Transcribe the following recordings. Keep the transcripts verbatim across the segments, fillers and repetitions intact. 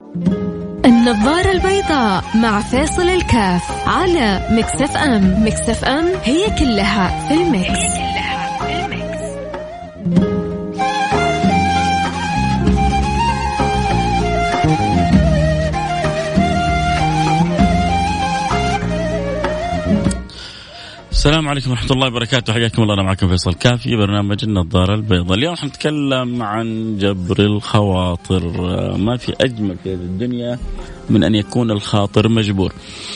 النظارة البيضاء مع فاصل الكاف على ميكس اف ام. ميكس اف ام هي كلها في الميكس. السلام عليكم ورحمة الله وبركاته. حياكم الله. أنا معكم فيصل كافي، برنامج النظارة البيضاء. اليوم حنتكلم عن جبر الخواطر. ما في أجمل في الدنيا من أن يكون الخاطر مجبور.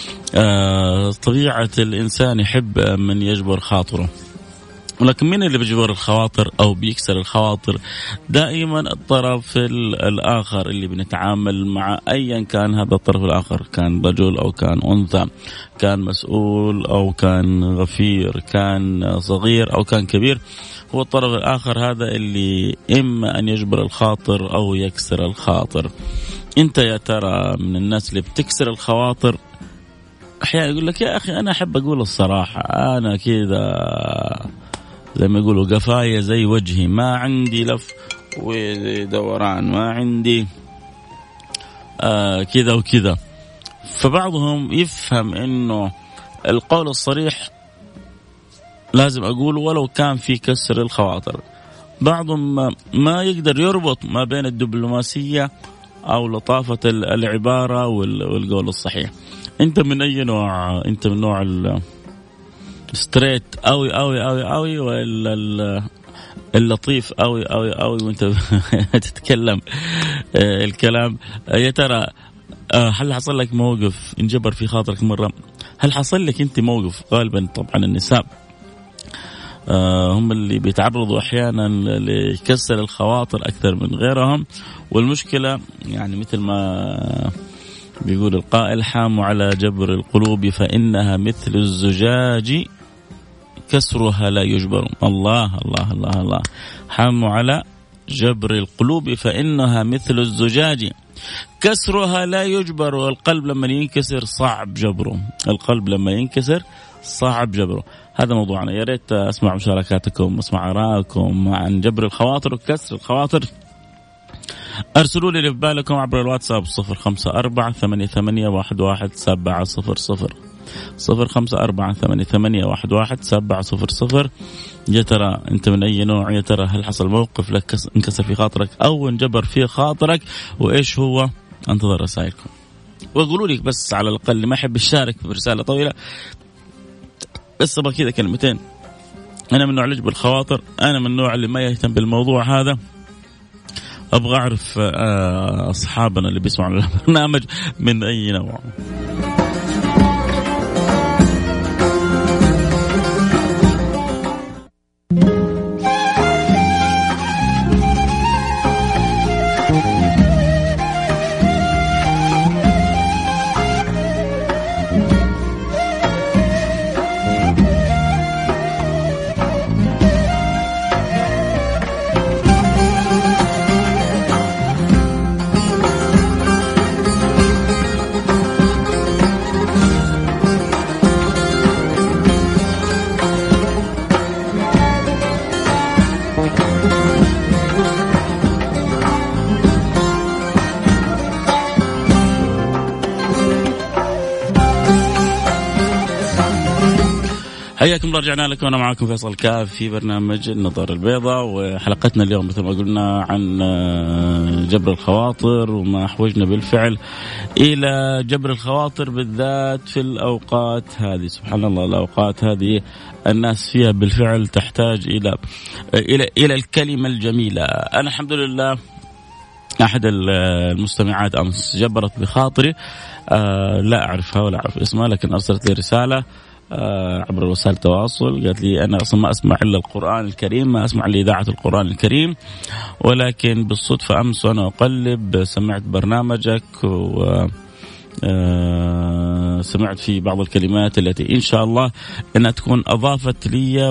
طبيعة الإنسان يحب من يجبر خاطره، ولكن مين اللي بيجبر الخواطر أو بيكسر الخواطر؟ دائما الطرف الآخر اللي بنتعامل مع، أيا كان هذا الطرف الآخر، كان رجل أو كان أنثى، كان مسؤول أو كان غفير، كان صغير أو كان كبير. هو الطرف الآخر هذا اللي إما أن يجبر الخاطر أو يكسر الخاطر. أنت يا ترى من الناس اللي بتكسر الخواطر؟ أحيانا يقول لك يا أخي أنا أحب أقول الصراحة، أنا كذا زي ما يقولوا قفايا زي وجهي، ما عندي لف ودوران، ما عندي آه كذا وكذا. فبعضهم يفهم إنه القول الصريح لازم أقوله ولو كان في كسر الخواطر. بعضهم ما يقدر يربط ما بين الدبلوماسية أو لطافة العبارة والقول الصحيح. أنت من أي نوع؟ أنت من نوع ال ستريت أوي أوي أوي أوي، ولا اللطيف أوي أوي أوي وأنت تتكلم الكلام؟ يا ترى هل حصل لك موقف انجبر في خاطرك مرة؟ هل حصل لك أنت موقف؟ غالبا طبعا النساء هم اللي بيتعرضوا أحيانا لكسر الخواطر أكثر من غيرهم. والمشكلة يعني مثل ما بيقول القائل: حام على جبر القلوب فإنها مثل الزجاج كسرها لا يجبر. الله الله الله الله. حام على جبر القلوب فإنها مثل الزجاج كسرها لا يجبر. والقلب لما ينكسر صعب جبره. القلب لما ينكسر صعب جبره. هذا موضوعنا. يا ريت أسمع مشاركاتكم وأسمع آراءكم عن جبر الخواطر وكسر الخواطر. أرسلوا لي اللي في بالكم عبر الواتساب صفر خمسة أربعة ثمانية ثمانية واحد واحد سبعة صفر صفر صفر خمسة أربعة ثمانية ثمانية واحد واحد سبعة صفر صفر. يا ترى أنت من أي نوع؟ يا ترى هل حصل موقف لك انكسر في خاطرك أو انجبر في خاطرك؟ وإيش هو؟ انتظر رسائلكم وقولوا لي بس على الأقل اللي ما يحب يشارك برسالة طويلة، بس أبغى كذا كلمتين. أنا من نوع اللي يجبر الخواطر، أنا من النوع اللي ما يهتم بالموضوع هذا. أبغى أعرف أصحابنا اللي بيسمعوا البرنامج من أي نوع. حياكم الله. رجعنا لكم. أنا معكم فيصل كاف في برنامج النظارة البيضاء، وحلقتنا اليوم مثل ما قلنا عن جبر الخواطر وما أحوجنا بالفعل إلى جبر الخواطر بالذات في الأوقات هذه. سبحان الله، الأوقات هذه الناس فيها بالفعل تحتاج إلى إلى إلى الكلمة الجميلة. أنا الحمد لله أحد المستمعات أمس جبرت بخاطري، أه لا أعرفها ولا أعرف اسمها، لكن أرسلت لي رسالة أه عبر وسائل التواصل. قالت لي أنا أصلا ما أسمع إلا القرآن الكريم، ما أسمع إلا إذاعة القرآن الكريم، ولكن بالصدفة أمس وأنا أقلب سمعت برنامجك و أه سمعت في بعض الكلمات التي إن شاء الله أنها تكون أضافت لي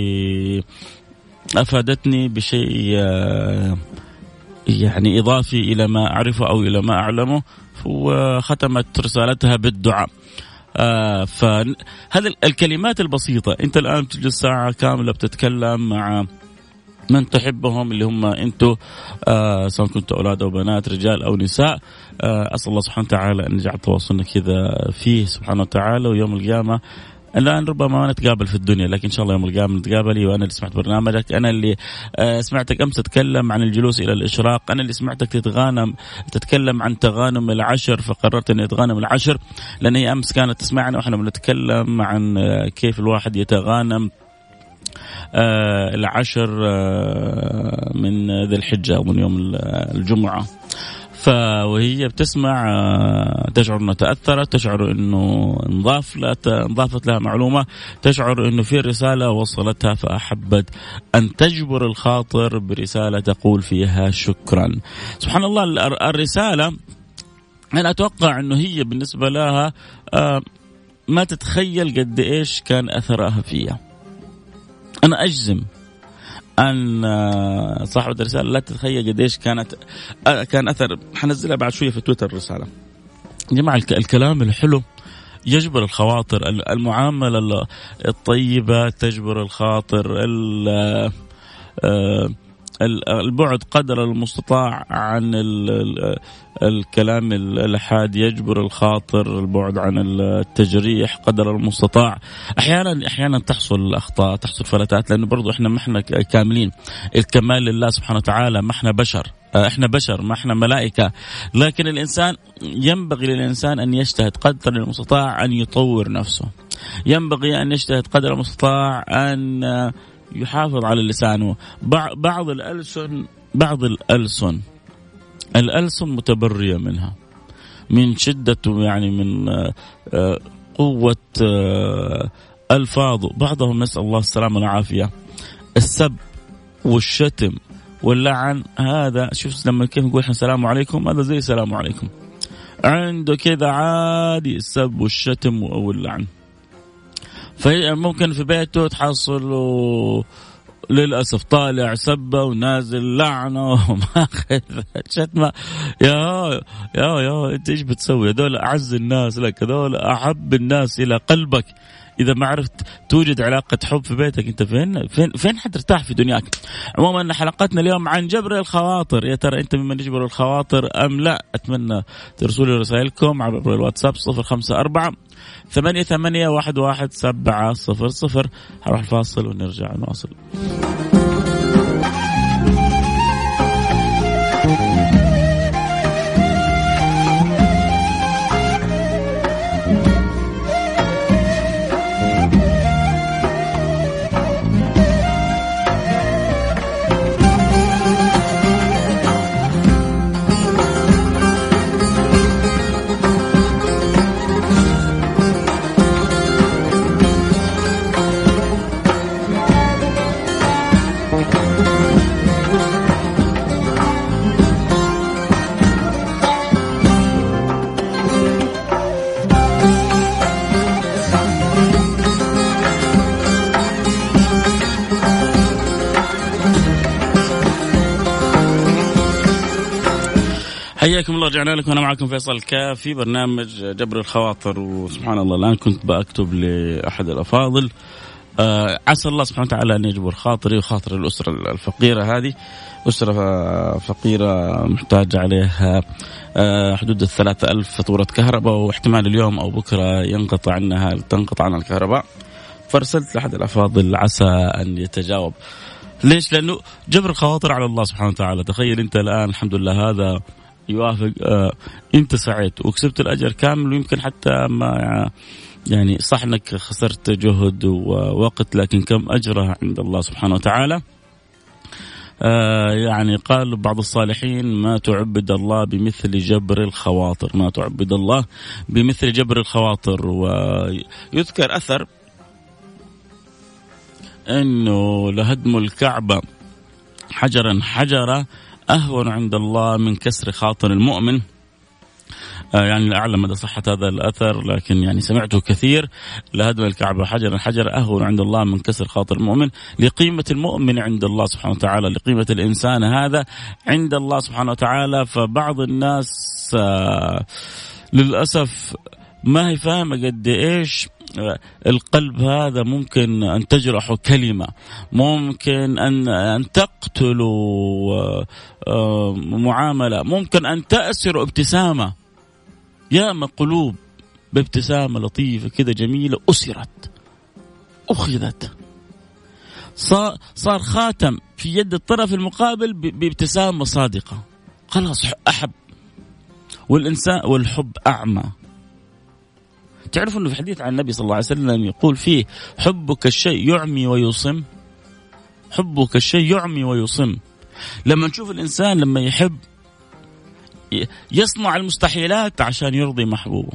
وأفادتني بشيء أه يعني إضافي إلى ما أعرفه أو إلى ما أعلمه. وختمت رسالتها بالدعاء. آه فهذه الكلمات البسيطة، أنت الآن تجلس ساعة كاملة بتتكلم مع من تحبهم اللي هم أنتوا، آه سواء كنتوا أولاد أو بنات، رجال أو نساء. آه أسأل الله سبحانه وتعالى أن يجعل تواصلنا كذا فيه سبحانه وتعالى، ويوم القيامة الآن ربما ما نتقابل في الدنيا، لكن إن شاء الله يوم القيامة نتقابل. وأنا اللي سمعت برنامجك، أنا اللي آه سمعتك أمس تتكلم عن الجلوس إلى الإشراق، أنا اللي سمعتك تتغانم تتكلم عن تغانم العشر، فقررت أن أتغانم العشر، لأن هي أمس كانت تسمعنا وإحنا بنتكلم عن آه كيف الواحد يتغانم آه العشر آه من ذي الحجة ومن يوم الجمعة. فوهي بتسمع تشعر أنه تأثرت، تشعر أنه انضاف لها انضافت لها معلومة، تشعر أنه في رسالة وصلتها، فأحبت أن تجبر الخاطر برسالة تقول فيها شكرا. سبحان الله، الرسالة أنا أتوقع أنه هي بالنسبة لها ما تتخيل قد إيش كان أثرها فيها. أنا أجزم أن صاحبة الرسالة لا تتخيل قديش كانت كان أثر. حنزلها بعد شوية في تويتر الرسالة. جماعة الكلام الحلو يجبر الخواطر، المعاملة الطيبة تجبر الخاطر، البعد قدر المستطاع عن الكلام الحاد يجبر الخاطر، البعد عن التجريح قدر المستطاع. أحيانا أحيانا تحصل الأخطاء، تحصل فلتات، لأنه برضو إحنا ما إحنا كاملين، الكمال لله سبحانه وتعالى، ما إحنا بشر، إحنا بشر ما إحنا ملائكة. لكن الإنسان ينبغي للإنسان أن يجتهد قدر المستطاع أن يطور نفسه، ينبغي أن يجتهد قدر المستطاع أن يحافظ على لسانه. بعض الألسن بعض الألسن الألسن متبرية منها من شدة يعني من قوة ألفاظ بعضهم، نسأل الله السلامة والعافية. السب والشتم واللعن هذا، شوف لما كيف نقول احنا السلام عليكم، هذا زي السلام عليكم عنده كذا عادي، السب والشتم واللعن. فممكن في بيته تحصل للأسف طالع سبة ونازل لعنة وماخذ شتمة. يا يا يا انت ايش بتسوي؟ هذول أعز الناس لك، هذول أحب الناس إلى قلبك. إذا ما عرفت توجد علاقة حب في بيتك، أنت فين فين فين حترتاح في دنياك؟ عموما حلقتنا اليوم عن جبر الخواطر. يا ترى أنت ممن يجبر الخواطر أم لا؟ أتمنى ترسلوا رسائلكم عبر الواتساب صفر خمسة أربعة ثمانية ثمانية واحد واحد سبعة صفر صفر. هروح الفاصل ونرجع نواصل. حياكم الله، رجعنا لكم. أنا معكم فيصل الكاف في برنامج جبر الخواطر. وسبحان الله الآن كنت بأكتب لأحد الأفاضل، آه عسى الله سبحانه وتعالى أن يجبر خاطري وخاطر الأسرة الفقيرة هذه، أسرة فقيرة محتاجة عليها آه حدود الثلاثة ألف فاتورة كهرباء، واحتمال اليوم أو بكرة ينقطع عنها تنقطع عنها الكهرباء. فرسلت لأحد الأفاضل عسى أن يتجاوب. ليش؟ لأنه جبر الخواطر على الله سبحانه وتعالى. تخيل أنت الآن الحمد لله هذا يوافق، آه انت سعيت وكسبت الاجر كامل، ويمكن حتى ما يعني صح انك خسرت جهد ووقت، لكن كم اجرها عند الله سبحانه وتعالى. آه يعني قال بعض الصالحين ما تعبد الله بمثل جبر الخواطر، ما تعبد الله بمثل جبر الخواطر. ويذكر اثر انه لهدم الكعبة حجرا حجرا أهون عند الله من كسر خاطر المؤمن. آه يعني لا أعلم مدى صحة هذا الأثر، لكن يعني سمعته كثير. لهدم الكعبة حجرا حجر أهون عند الله من كسر خاطر المؤمن، لقيمة المؤمن عند الله سبحانه وتعالى، لقيمة الإنسان هذا عند الله سبحانه وتعالى. فبعض الناس آه للأسف ما هي فاهمة قد إيش القلب هذا ممكن أن تجرحه كلمة، ممكن أن أن تقتله معاملة، ممكن أن تأسر ابتسامة. ياما قلوب بابتسامة لطيفة كده جميلة أسرت، أخذت، صار خاتم في يد الطرف المقابل بابتسامة صادقة، خلاص أحب. والإنسان والحب أعمى. تعرفوا أنه في حديث عن النبي صلى الله عليه وسلم يقول فيه حبك الشيء يعمي ويصم. حبك الشيء يعمي ويصم. لما نشوف الإنسان لما يحب يصنع المستحيلات عشان يرضي محبوبه.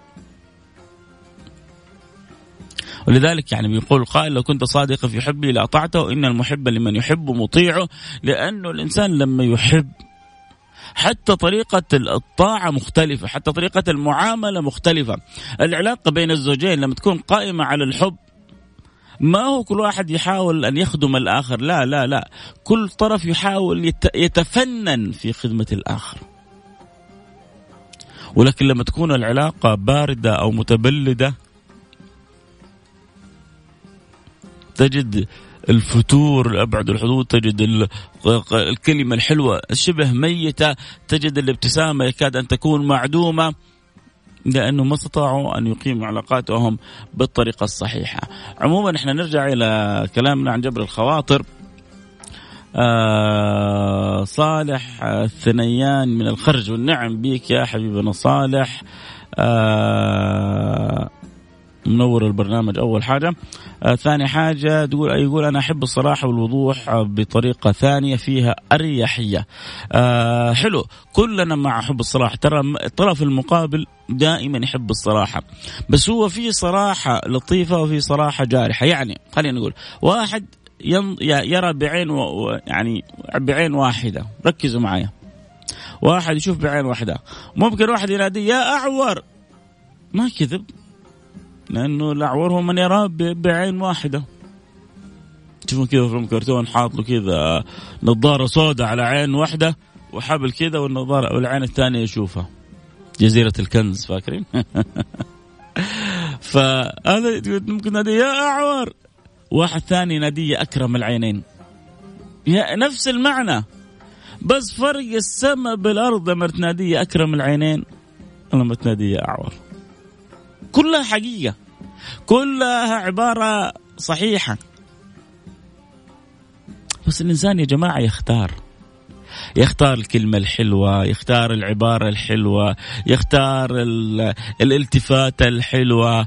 ولذلك يعني بيقول قائل لو كنت صادقا في حبي لأطعته، إن المحب لمن يحب مطيعه. لأنه الإنسان لما يحب حتى طريقة الطاعة مختلفة، حتى طريقة المعاملة مختلفة. العلاقة بين الزوجين لما تكون قائمة على الحب ما هو كل واحد يحاول أن يخدم الآخر، لا لا لا، كل طرف يحاول يتفنن في خدمة الآخر. ولكن لما تكون العلاقة باردة أو متبلدة تجد الفتور لأبعد الحدود، تجد الكلمة الحلوة شبه ميتة، تجد الابتسامة يكاد أن تكون معدومة، لأنه ما استطاعوا أن يقيموا علاقاتهم بالطريقة الصحيحة. عموما احنا نرجع إلى كلامنا عن جبر الخواطر. آه صالح الثنيان من الخرج، والنعم بيك يا حبيبنا صالح. آه منور البرنامج أول حاجة. آه ثاني حاجة تقول يقول أنا أحب الصراحة والوضوح بطريقة ثانية فيها أريحية. آه حلو، كلنا مع حب الصراحة. ترى الطرف المقابل دائما يحب الصراحة، بس هو في صراحة لطيفة وفي صراحة جارحة. يعني خلينا نقول واحد يرى بعين و... يعني بعين واحدة، ركزوا معايا. واحد يشوف بعين واحدة، ممكن واحد ينادي يا أعور، ما كذب، لأنه الأعور هو من يرى بعين واحدة. تشوفون كذا في الكرتون حاط له كذا نظارة سوداء على عين واحدة وحبل كذا، والنظارة والعين الثانية يشوفها. جزيرة الكنز فاكرين؟ فهذا ممكن نادي يا أعور، واحد ثاني نادي أكرم العينين، يا نفس المعنى بس فرق السماء بالأرض. لما تنادي أكرم العينين لما تنادي أعور، كلها حقيقة، كلها عبارة صحيحة. بس الإنسان يا جماعة يختار يختار الكلمة الحلوة، يختار العبارة الحلوة، يختار الالتفاتة الحلوة،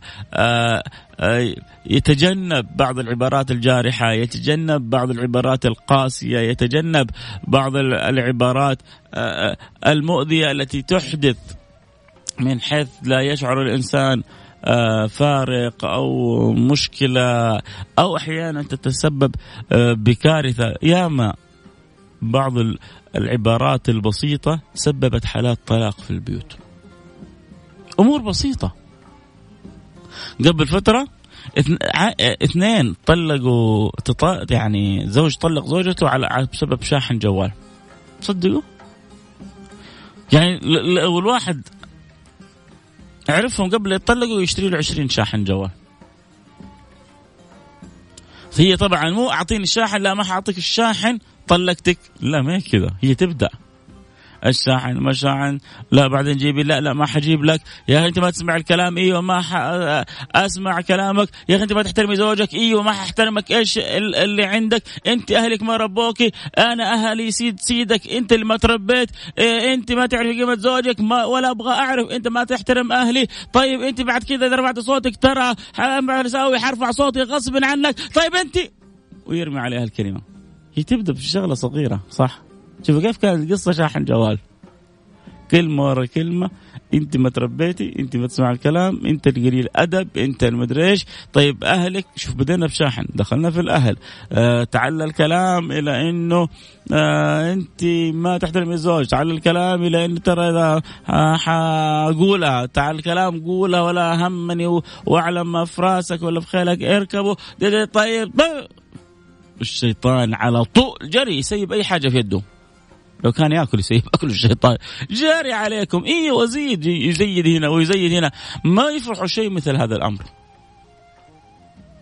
يتجنب بعض العبارات الجارحة، يتجنب بعض العبارات القاسية، يتجنب بعض العبارات المؤذية التي تحدث من حيث لا يشعر الإنسان فارق أو مشكلة، أو أحيانا تتسبب بكارثة. ياما بعض العبارات البسيطة سببت حالات طلاق في البيوت، أمور بسيطة. قبل فترة اثنين طلقوا، يعني زوج طلق زوجته على بسبب شاحن جوال. تصدقوا؟ يعني والواحد عرفهم قبل يطلقوا يشتري له عشرين شاحن جوال. هي طبعا مو أعطيني الشاحن، لا ما حأعطيك الشاحن طلقتك، لا ما كذا. هي تبدأ الشاحن ما شاحن، لا بعدين جيبي، لا لا ما حجيب لك، يا أخي أنت ما تسمع الكلام، إيوه ما ح... أسمع كلامك، يا أخي أنت ما تحترمي زوجك، إيوه ما ححترمك، إيش اللي عندك أنت، أهلك ما ربوكي، أنا أهلي سيد سيدك، أنت اللي ما تربيت، إيه أنت ما تعرف قيمة زوجك، ما ولا أبغى أعرف، أنت ما تحترم أهلي، طيب أنت بعد كذا إذا رفعت صوتك ترى حسوي حرفع صوتي غصب عنك، طيب أنت، ويرمي عليها الكلمة. هي تبدأ في شغلة صغيرة صح؟ شوفوا كيف كانت القصة، شاحن جوال، كلمة ورا كلمة، انت ما تربيتي، انت ما تسمع الكلام، انت القليل ادب، انت المدري ايش. طيب اهلك، شوف بدينا بشاحن، دخلنا في الاهل، آه تعال الكلام الى انه آه انت ما تحترمي الزوج، تعال الكلام الى انه ترى اذا آه حقولها، تعال الكلام قولها ولا همني واعلم ما في راسك ولا في خيلك اركبوا. طيب الشيطان على طول جري يسيب اي حاجة في يده، لو كان يأكل يسيب أكل الشيطان، جاري عليكم. إيه وزيد يزيد هنا ويزيد هنا، ما يفرحوا شيء مثل هذا الأمر.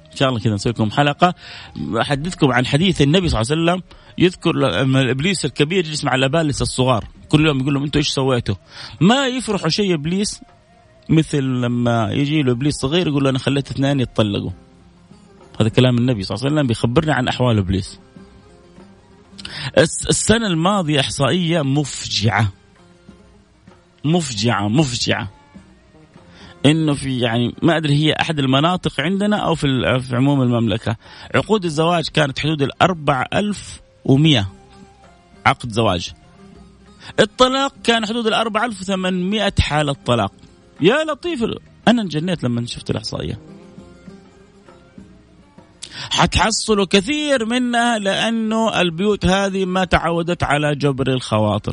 إن شاء الله كذا نسوي لكم حلقة أحدثكم عن حديث النبي صلى الله عليه وسلم يذكر لما الإبليس الكبير يجلس مع الأبالسة الصغار كل يوم يقول لهم أنتوا إيش سويتوا. ما يفرحوا شيء إبليس مثل لما يجي له إبليس صغير يقول له أنا خليت اثنين يتطلقوا. هذا كلام النبي صلى الله عليه وسلم بيخبرنا عن أحوال إبليس. السنة الماضية إحصائية مفجعة مفجعة مفجعة إنه في يعني ما أدري هي أحد المناطق عندنا أو في في عموم المملكة عقود الزواج كانت حدود الأربع ألف ومئة عقد زواج. الطلاق كان حدود الأربع ألف وثمانمائة حالة طلاق. يا لطيف أنا انجنيت لما شفت الإحصائية. حتحصلوا كثير منها لأنه البيوت هذه ما تعودت على جبر الخواطر.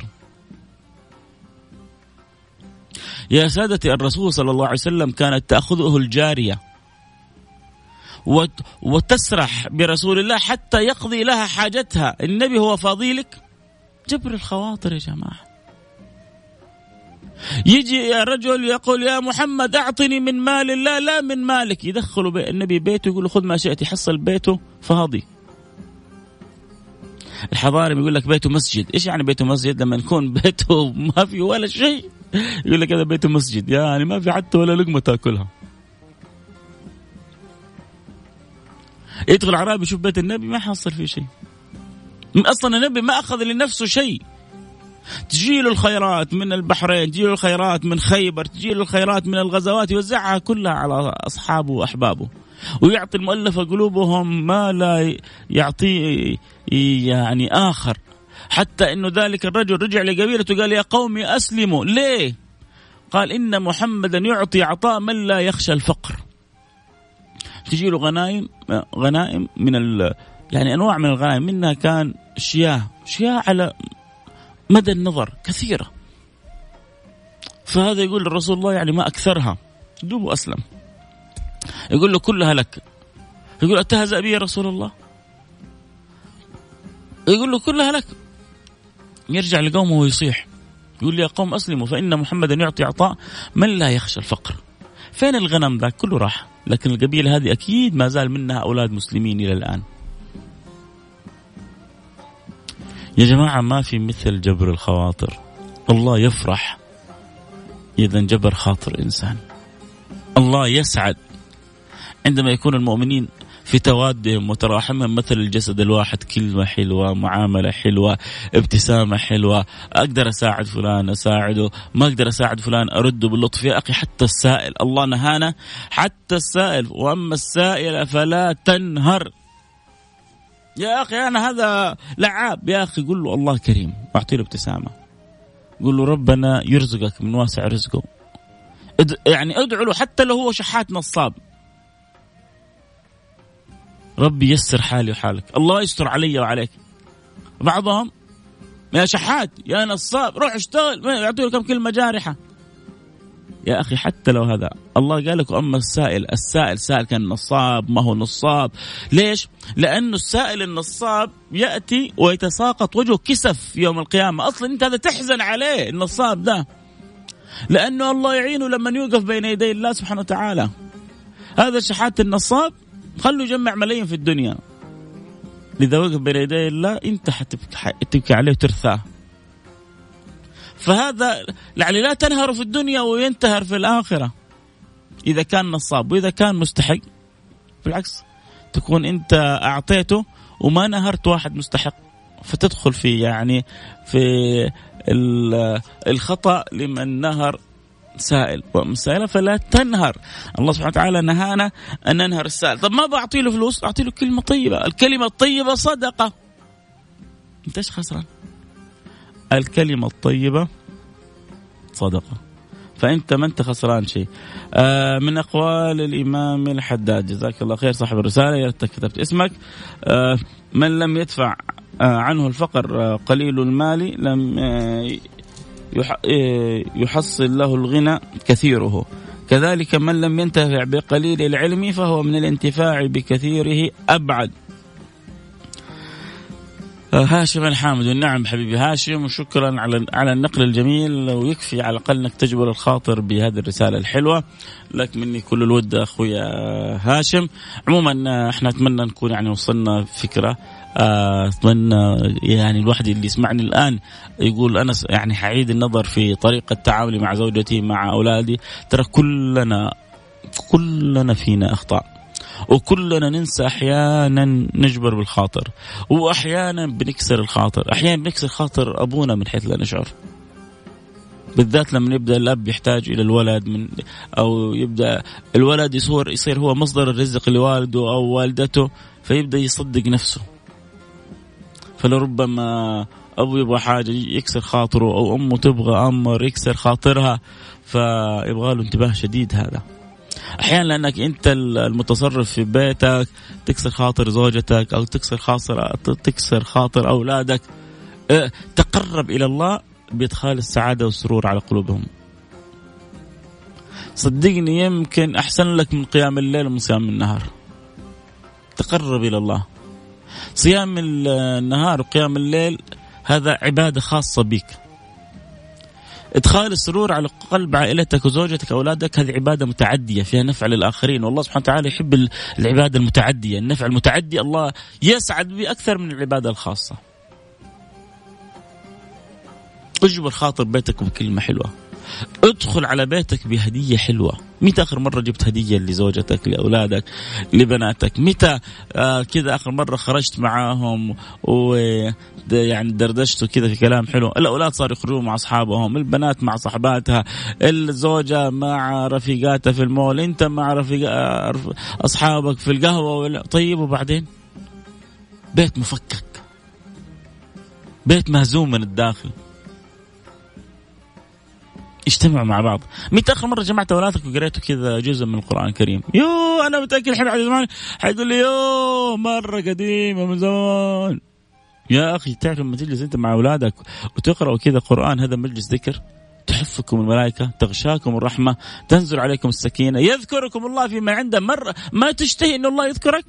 يا سادتي الرسول صلى الله عليه وسلم كانت تأخذه الجارية وتسرح برسول الله حتى يقضي لها حاجتها. النبي هو فضيلك جبر الخواطر يا جماعة. يجي يا رجل يقول يا محمد أعطني من مال الله لا من مالك، يدخلوا بي النبي بيته يقول له خذ ما شئت، يحصل بيته فاضي. الحضاري يقول لك بيته مسجد. إيش يعني بيته مسجد؟ لما يكون بيته ما في ولا شيء يقول لك هذا بيته مسجد، يعني ما في حتى ولا لقمة تأكلها. يدخل عربي يشوف بيت النبي ما حصل فيه شيء أصلا. النبي ما أخذ لنفسه شيء. تجيله الخيرات من البحرين، تجيله الخيرات من خيبر، تجيله الخيرات من الغزوات، يوزعها كلها على أصحابه وأحبابه، ويعطي المؤلفة قلوبهم ما لا يعطي يعني آخر. حتى إنه ذلك الرجل رجع لقبيلته قال يا قومي أسلموا. ليه؟ قال إن محمدا يعطي عطاء من لا يخشى الفقر. تجيله غنائم غنائم من ال يعني أنواع من الغنائم، منها كان شياه شياه على مدى النظر كثيرة. فهذا يقول الرسول الله يعني ما أكثرها، دوب أسلم. يقول له كلها لك. يقول أتهزأ بي يا رسول الله؟ يقول له كلها لك. يرجع لقومه ويصيح يقول لي يا قوم أسلموا فإن محمدا يعطي عطاء من لا يخشى الفقر. فين الغنم ذاك؟ كله راح. لكن القبيلة هذه أكيد ما زال منها أولاد مسلمين إلى الآن. يا جماعة ما في مثل جبر الخواطر. الله يفرح إذا جبر خاطر إنسان. الله يسعد عندما يكون المؤمنين في توادهم وتراحمهم مثل الجسد الواحد، كلمة حلوة، معاملة حلوة، ابتسامة حلوة. أقدر أساعد فلان أساعده، ما أقدر أساعد فلان أرده باللطف. يا أخي حتى السائل الله نهانا، حتى السائل، وأما السائل فلا تنهر. يا أخي أنا هذا لعاب، يا أخي قل له الله كريم واعطي له ابتسامة، قل له ربنا يرزقك من واسع رزقه. يعني ادعو له حتى لو هو شحات نصاب، ربي يسر حالي وحالك، الله يستر علي وعليك. بعضهم يا شحات يا نصاب روح اشتغل، يعطيه كم كلمة جارحة. يا أخي حتى لو هذا الله قال لك. أما السائل السائل سائل كان نصاب ما هو نصاب. ليش؟ لأنه السائل النصاب يأتي ويتساقط وجهه كسف يوم القيامة. أصلا أنت هذا تحزن عليه النصاب ده، لأنه الله يعينه لما يوقف بين يدي الله سبحانه وتعالى. هذا شحات النصاب خلوا يجمع ملايين في الدنيا، لذا وقف بين يدي الله أنت حتبكي عليه وترثاه. فهذا يعني لا تنهر في الدنيا وينتهر في الآخرة إذا كان نصاب. وإذا كان مستحق بالعكس تكون أنت أعطيته وما نهرت واحد مستحق، فتدخل في يعني في الخطأ لمن نهر سائل ومسائلة. فلا تنهر. الله سبحانه وتعالى نهانا أن ننهر السائل. طب ما بعطي له فلوس، أعطي له كلمة طيبة. الكلمة الطيبة صدقة. أنت إيش خسران؟ الكلمة الطيبة صدقة، فأنت ما أنت خسران شيء. آه من أقوال الإمام الحداد جزاك الله خير صاحب الرسالة، يا ريت كتبت اسمك. آه من لم يدفع آه عنه الفقر آه قليل المال لم آه يحصل له الغنى كثيره، كذلك من لم ينتفع بقليل العلم فهو من الانتفاع بكثيره أبعد. هاشم الحامد. والنعم حبيبي هاشم، وشكرا على على النقل الجميل، ويكفي على الأقل أنك تجبر الخاطر بهذه الرسالة الحلوة. لك مني كل الود أخويا هاشم. عموما احنا أتمنى نكون يعني وصلنا فكرة. أتمنى يعني الواحد اللي يسمعني الآن يقول أنا يعني حعيد النظر في طريقة تعاملي مع زوجتي مع أولادي. ترى كلنا كلنا فينا أخطاء، وكلنا ننسى أحيانا نجبر بالخاطر، وأحيانا بنكسر الخاطر. أحيانا بنكسر خاطر أبونا من حيث لا نشعر، بالذات لما يبدأ الأب يحتاج إلى الولد من أو يبدأ الولد يصير يصير هو مصدر الرزق لوالده أو والدته، فيبدأ يصدق نفسه. فلربما أبو يبغى حاجة يكسر خاطره، أو أمه تبغى أمر يكسر خاطرها، فيبغى له انتباه شديد. هذا أحيانا لأنك أنت المتصرف في بيتك تكسر خاطر زوجتك أو تكسر خاطر تكسر خاطر أولادك. اه تقرب إلى الله بإدخال السعادة والسرور على قلوبهم. صدقني يمكن أحسن لك من قيام الليل ومن صيام النهار. تقرب إلى الله. صيام النهار وقيام الليل هذا عبادة خاصة بك. إدخال السرور على قلب عائلتك وزوجتك وأولادك هذه عبادة متعدية فيها نفع للآخرين، والله سبحانه وتعالى يحب العبادة المتعدية. النفع المتعدي الله يسعد به أكثر من العبادة الخاصة. اجبر خاطر بيتك بكلمة حلوة، ادخل على بيتك بهدية حلوة. متى آخر مرة جبت هدية لزوجتك لأولادك لبناتك؟ متى آه كذا آخر مرة خرجت معاهم ويعني دردشتوا كذا في كلام حلو؟ الأولاد صاروا يخرجوا مع أصحابهم، البنات مع صحباتها، الزوجة مع رفيقاتها في المول، انت مع رفيق أصحابك في القهوة. طيب وبعدين بيت مفكك، بيت مهزوم من الداخل. اجتمعوا مع بعض. متى آخر مرة جمعت أولادك وقريتوا كذا جزء من القرآن الكريم؟ يو أنا متأكد الحين عايز معي حيقول لي يو مرة قديمة من زمان. يا أخي تعرف لما تجلس أنت مع أولادك وتقرأوا كذا قرآن، هذا مجلس ذكر. تحفكم الملائكة، تغشاكم الرحمة، تنزل عليكم السكينة، يذكركم الله فيما عنده. مرة ما تشتهي إن الله يذكرك؟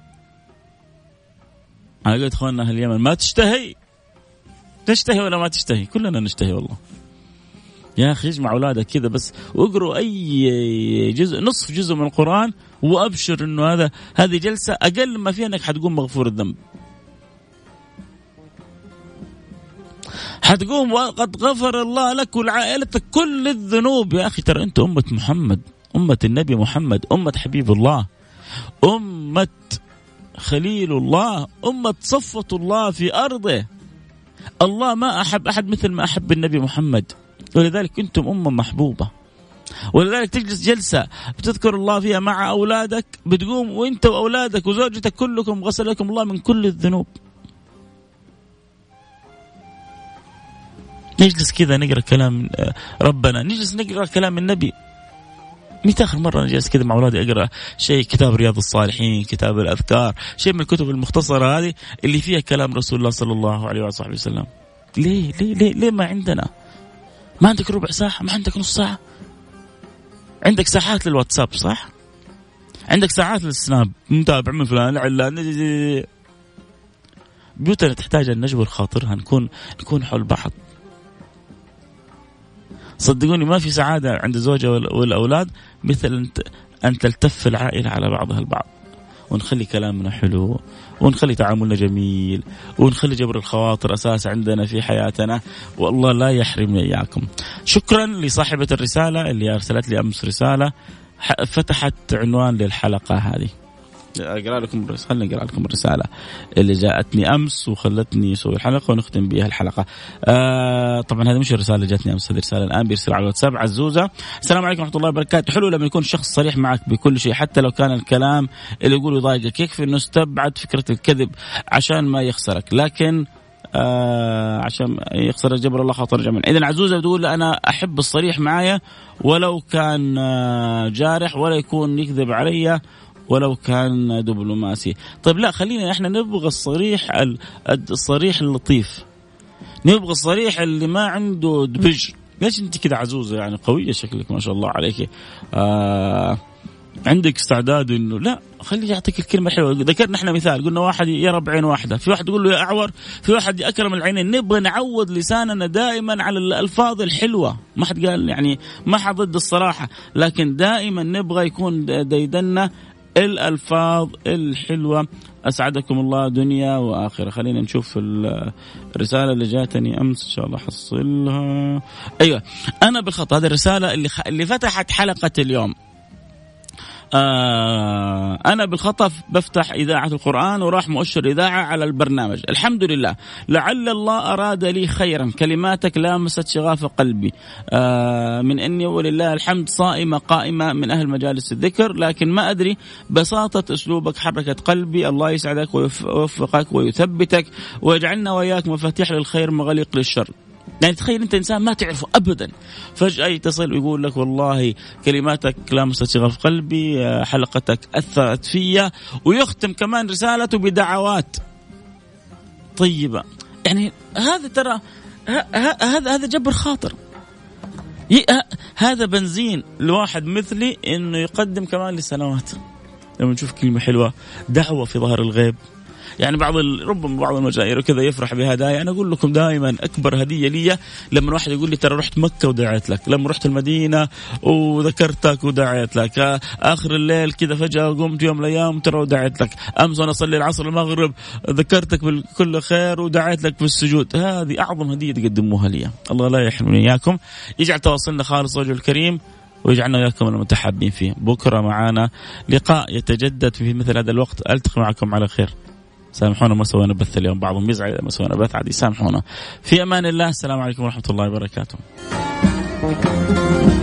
أنا قلت أخواننا أهل اليمن ما تشتهي؟ تشتهي ولا ما تشتهي؟ كلنا نشتهي والله. يا أخي اجمع أولادك كذا بس واقروا أي جزء، نصف جزء من القرآن، وأبشر إنه هذا هذه جلسة أقل ما فيها إنك حتقوم مغفور الذنب. حتقوم وقد غفر الله لك ولعائلتك كل الذنوب. يا أخي ترى أنت أمة محمد، أمة النبي محمد، أمة حبيب الله، أمة خليل الله، أمة صفة الله في أرضه. الله ما أحب أحد مثل ما أحب النبي محمد، ولذلك أنتم أمة محبوبة. ولذلك تجلس جلسة بتذكر الله فيها مع أولادك، بتقوم وأنت وأولادك وزوجتك كلكم غسل لكم الله من كل الذنوب. نجلس كذا نقرأ كلام ربنا، نجلس نقرأ كلام النبي. متى آخر مرة نجلس كذا مع أولادي أقرأ شيء كتاب رياض الصالحين، كتاب الأذكار، شيء من الكتب المختصرة هذه اللي فيها كلام رسول الله صلى الله عليه وصحبه وسلم؟ ليه ليه ليه ليه ما عندنا؟ ما عندك ربع ساعة؟ ما عندك نص ساعة؟ عندك ساعات للواتساب صح؟ عندك ساعات للسناب، متابع من فلان علان. بيوتنا تحتاج أن نجبر خاطرها، نكون نكون حول بعض. صدقوني ما في سعادة عند الزوجة والأولاد مثل أن تلتف العائلة على بعضها البعض، ونخلي كلامنا حلو، ونخلي تعاملنا جميل، ونخلي جبر الخواطر أساس عندنا في حياتنا، والله لا يحرمني إياكم. شكرا لصاحبة الرسالة اللي أرسلت لي أمس رسالة فتحت عنوان للحلقة هذه. أقرأ لكم خلني أقرأ لكم الرسالة اللي جاءتني أمس وخلتني أسوي الحلقة ونختم بها الحلقة. آه طبعا هذه مش الرسالة اللي جاءتني أمس، هذه الرسالة الآن بيرسل على الواتساب. عزوزة: السلام عليكم ورحمة الله وبركاته. حلو لما يكون شخص صريح معك بكل شيء، حتى لو كان الكلام اللي يقوله يضايقك، يكفي إنه استبعد فكرة الكذب عشان ما يخسرك، لكن آه عشان يخسر جبر الله خاطر جميل. إذن عزوزة بتقول أنا أحب الصريح معايا ولو كان آه جارح، ولا يكون يكذب علي ولو كان دبلوماسي. طيب لا، خلينا احنا نبغى الصريح الصريح اللطيف، نبغى الصريح اللي ما عنده دبج. ليش انت كده عزوزة يعني قوية شكلك ما شاء الله عليك. آه عندك استعداد انه لا خليه يعطيك الكلمه حلوه. ذكرنا احنا مثال، قلنا واحد يرى بعين واحده، في واحد يقول له يا اعور، في واحد اكرم العينين. نبغى نعود لساننا دائما على الالفاظ الحلوه. ما حد قال يعني ما حد ضد الصراحه، لكن دائما نبغى يكون ديدنا الألفاظ الحلوة. أسعدكم الله دنيا وآخرة. خلينا نشوف الرسالة اللي جاتني أمس، إن شاء الله حصلها. أيوة، أنا بالخط هذه الرسالة اللي خ... اللي فتحت حلقة اليوم. آه أنا بالخطأ بفتح إذاعة القرآن وراح مؤشر إذاعة على البرنامج. الحمد لله، لعل الله أراد لي خيرا، كلماتك لامست شغاف قلبي. آه من أني ولله الحمد صائمة قائمة من أهل مجالس الذكر، لكن ما أدري بساطة أسلوبك حركت قلبي. الله يسعدك ويوفقك ويثبتك ويجعلنا وياك مفاتيح للخير مغلق للشر. يعني تخيل أنت إنسان ما تعرفه أبدا، فجأة يتصل ويقول لك والله كلماتك لامست شغف قلبي، حلقتك أثرت فيا، ويختم كمان رسالته بدعوات طيبة. يعني هذا ترى هذا هذا جبر خاطر، هذا بنزين لواحد مثلي إنه يقدم كمان لسنوات. لما نشوف كلمة حلوة، دعوة في ظهر الغيب. يعني بعض ربما بعض المشاهير وكذا يفرح بهدايا. أنا أقول لكم دائما أكبر هدية لي لما واحد يقول لي ترى رحت مكة ودعيت لك، لما رحت المدينة وذكرتك ودعيت لك، آخر الليل كذا فجأة قمت يوم الأيام ترى ودعيت لك، أمس وأنا أصلي العصر المغرب ذكرتك بكل خير ودعيت لك بالسجود. هذه أعظم هدية تقدموها لي. الله لا يحرمني إياكم، يجعل تواصلنا خالص وجه الكريم، ويجعلنا وياكم المتحابين فيه. بكرة معانا لقاء يتجدد في مثل هذا الوقت. ألتقي معكم على خير. سامحونا ما سوينا بث اليوم، بعضهم يزعل ما سوينا بث، عادي سامحونا. في أمان الله، السلام عليكم ورحمة الله وبركاته.